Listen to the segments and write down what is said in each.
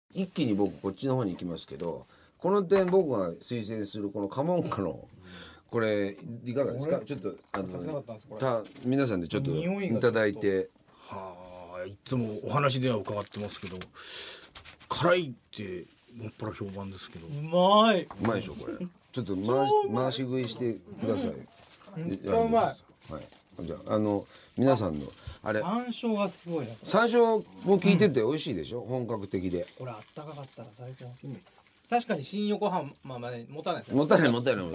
一気に僕こっちの方に行きますけど、この点僕が推薦するこのカモンカのこれいかがですか。ちょっと皆さんでちょっといただいて。 はあ、いつもお話では伺ってますけど、辛いってもっぱら評判ですけど。 うまい。 うまいでしょこれ。ちょっと回し食いしてください。 うまい。 はい。じゃあ皆さんのあれ山椒がすごいな。 山椒も効いてて美味しいでしょ、本格的で。 これあったかかったら最高。確かに新横浜まで持たないですね。 もったいない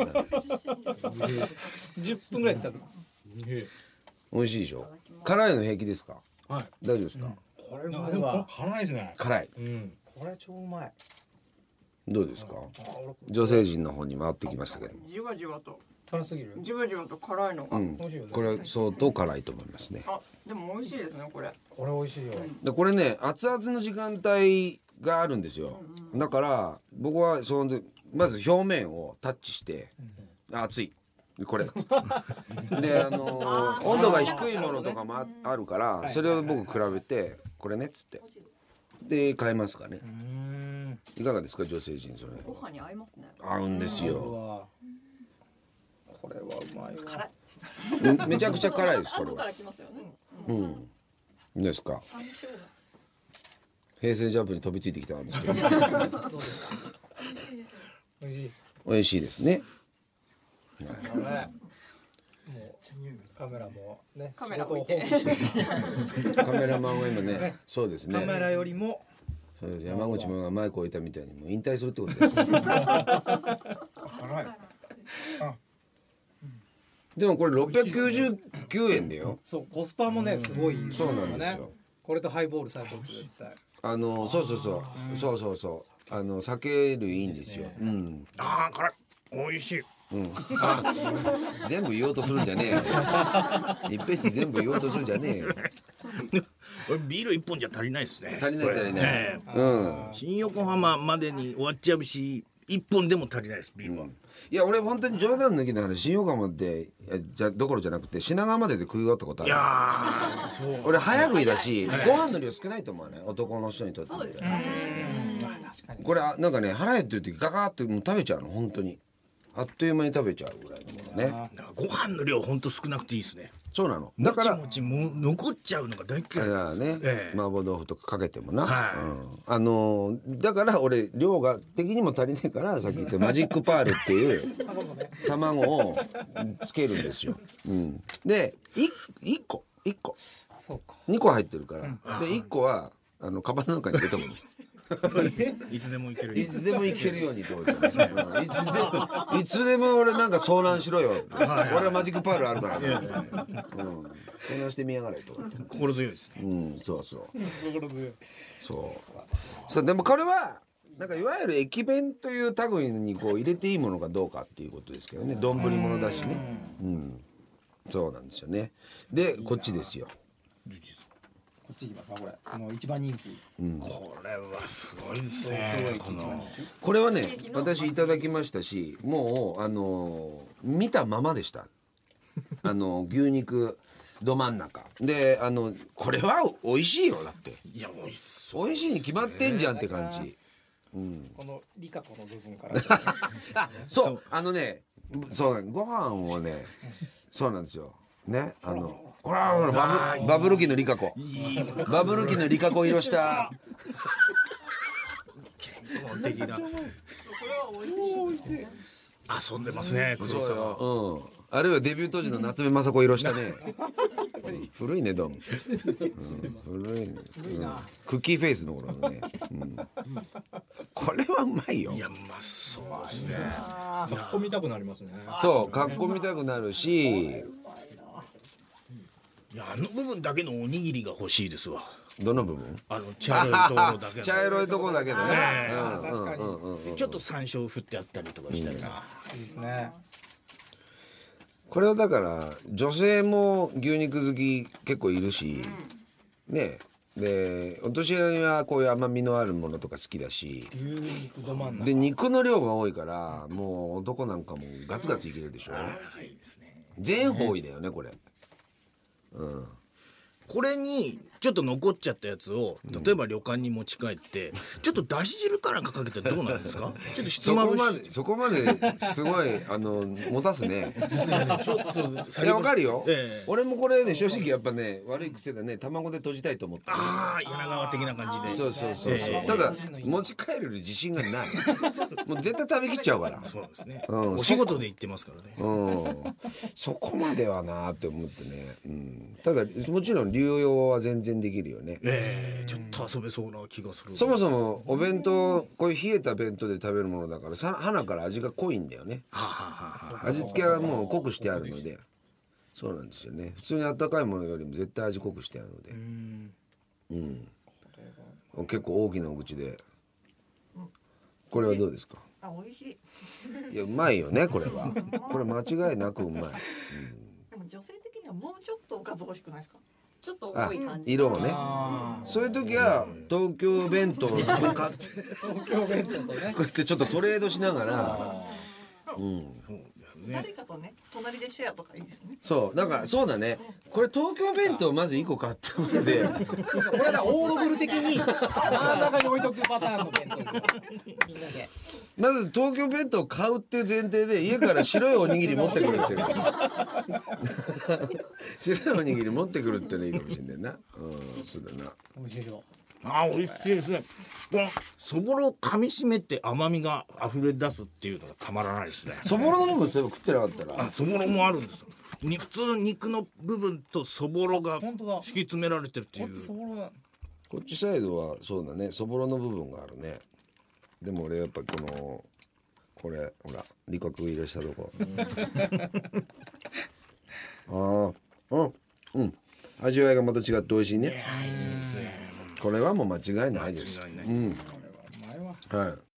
10分ぐらいで食べます。 美味しいでしょ。辛いの平気ですか。 はい。 大丈夫ですか。 これでもこれ辛いですね。 辛い。 これ超うまい。 どうですか。女性陣の方に回ってきましたけど。 じわじわと辛すぎる。 じわじわと辛いのが、 これ相当辛いと思いますね。 あ、でも美味しいですねこれ。 これ美味しいよ。 でこれね、熱々の時間帯があるんですよ。だから僕はまず表面をタッチして、熱いこれで温度が低いものとかもあるから、それを僕比べてこれねっつってで買えますかね。いかがですか女性陣。それご飯に合いますね。 合うんですよ。 これはうまいわ。 辛い。めちゃくちゃ辛いですこれは。 後から来ますよね。 ですか。平成ジャンプに飛びついてきたんですけど。美味しいですね。 カメラもね。 カメラ置いて。 カメラマンは今ね、そうですね。 カメラよりも。 そうです。山口もがマイク置いたみたいにもう引退するってことです。でもこれ699円だよ。 そうコスパもねすごい。 そうなんですよ。 これとハイボール最高絶対。 そう酒類いいんですよ。 ああ辛い。美味しい。 全部言おうとするんじゃねえよ。一ページ全部言おうとするんじゃねえよ。 ビール一本じゃ足りないですね。 足りない。 新横浜までに終わっちゃうし、一本でも足りないですビールは。 いや俺本当に冗談抜きながら新横浜でどころじゃなくて品川までで食い終わったことある。 いやそう。 俺早食いだし、ご飯の量少ないと思うね、男の人にとって。 そうですね。 これなんかね、腹減ってる時ガガーってもう食べちゃうの。本当にあっという間に食べちゃうぐらいのものね。 ご飯の量本当少なくていいですね。 そうなの。だからもちもちも残っちゃうのが大嫌い。 だからね、麻婆豆腐とかかけてもな、 はだから俺量が的にも足りないから、さっき言ったマジックパールっていう卵をつけるんですよ。で1個2個入ってるから、で1個はカバンの中に入れたもん。 いつでもいける。 いつでもいけるようにってことですね。いつでも俺なんか遭難しろよ。俺はマジックパールあるからね。遭難してみやがれと。 心強いですね。 そうさあでもこれはなんかいわゆる駅弁という類にこう入れていいものかどうかっていうことですけどね。丼物だしね。そうなんですよね。でこっちですよ。 こっち行きますかこれ。一番人気。 これはすごいですね。 これはね私いただきましたし、もう見たままでした。牛肉ど真ん中でこれは美味しいよ。だっていや美味しそう。 美味しいに決まってんじゃんって感じ。 このリカコの部分からそうそうご飯をね、そうなんですよね。ほらバブル期のリカコ、バブル期のリカコ色した健康的な。 これは美味しい。 遊んでますね黒沢。 あるいはデビュー当時の夏目雅子色したね。古いねどうも。古いな。クッキーフェイスの頃のね。これはうまいよ。 いやうまそうですね。 かっこ見たくなりますね。 そうかっこ見たくなるし、 いや部分だけのおにぎりが欲しいですわ。 どの部分？ 茶色いところだけ。 茶色いところだけどね。 確かに。 ちょっと山椒振ってあったりとかしたりな。 いいですね。 これはだから女性も牛肉好き結構いるし、ね。でお年寄りはこういう甘みのあるものとか好きだし、 牛肉ど真ん中。 で肉の量が多いからもう男なんかもガツガツいけるでしょ。全方位だよねこれ。 これにちょっと残っちゃったやつを例えば旅館に持ち帰ってちょっとだし汁かなんかかけたらどうなるんですか？ちょっとひつまぶしそこまですごい持たすね。 ちょっといやわかるよ、 ええ俺もこれね正直やっぱね悪い癖だね、卵で閉じたいと思ってる。 ああ柳川的な感じで。 そうそうそう、 ええただ持ち帰れる自信がないもう絶対食べきっちゃうから。 そうですね、 うんお仕事で行ってますからね。 そこまではなーって思ってね、ただもちろん流用は全然できるよね。 ちょっと遊べそうな気がする。 そもそもお弁当こういう冷えた弁当で食べるものだから鼻から味が濃いんだよね。 はあはあはあ味付けはもう濃くしてあるので、そうなんですよね。普通に温かいものよりも絶対味濃くしてあるので、結構大きなお口で。これはどうですか？ あ、美味しい。 いやうまいよねこれは。これ間違いなくうまい。 でも女性的にはもうちょっとおかず欲しくないですか？ ちょっとあ多い感じ。 色をね。そういう時は東京弁当を買って東京弁当とねこうやってちょっとトレードしながら、 誰かとね、隣でシェアとかいいですね。 そうだからそうだね。これ東京弁当まず1個買った上でこれだオードブル的に真ん中に置いとくパターンの弁当ですよみんなで。 まず東京弁当を買うっていう前提で家から白いおにぎり持ってくるっていう白いおにぎり持ってくるっていうのいいかもしれないな。そうだな。 美味しいでしょ。 あー美味しいですね。このそぼろを噛み締めて甘みが溢れ出すっていうのがたまらないですね。 そぼろの部分そういえば食ってなかったらそぼろもあるんですよ。普通の肉の部分とそぼろが本当だ敷き詰められてるっていう。 そぼろだ。 こっちサイドはそうだね、そぼろの部分があるね。でも俺やっぱこれほら利角入れしたとこ味わいがまた違って美味しいね。これはもう間違いないです。はい。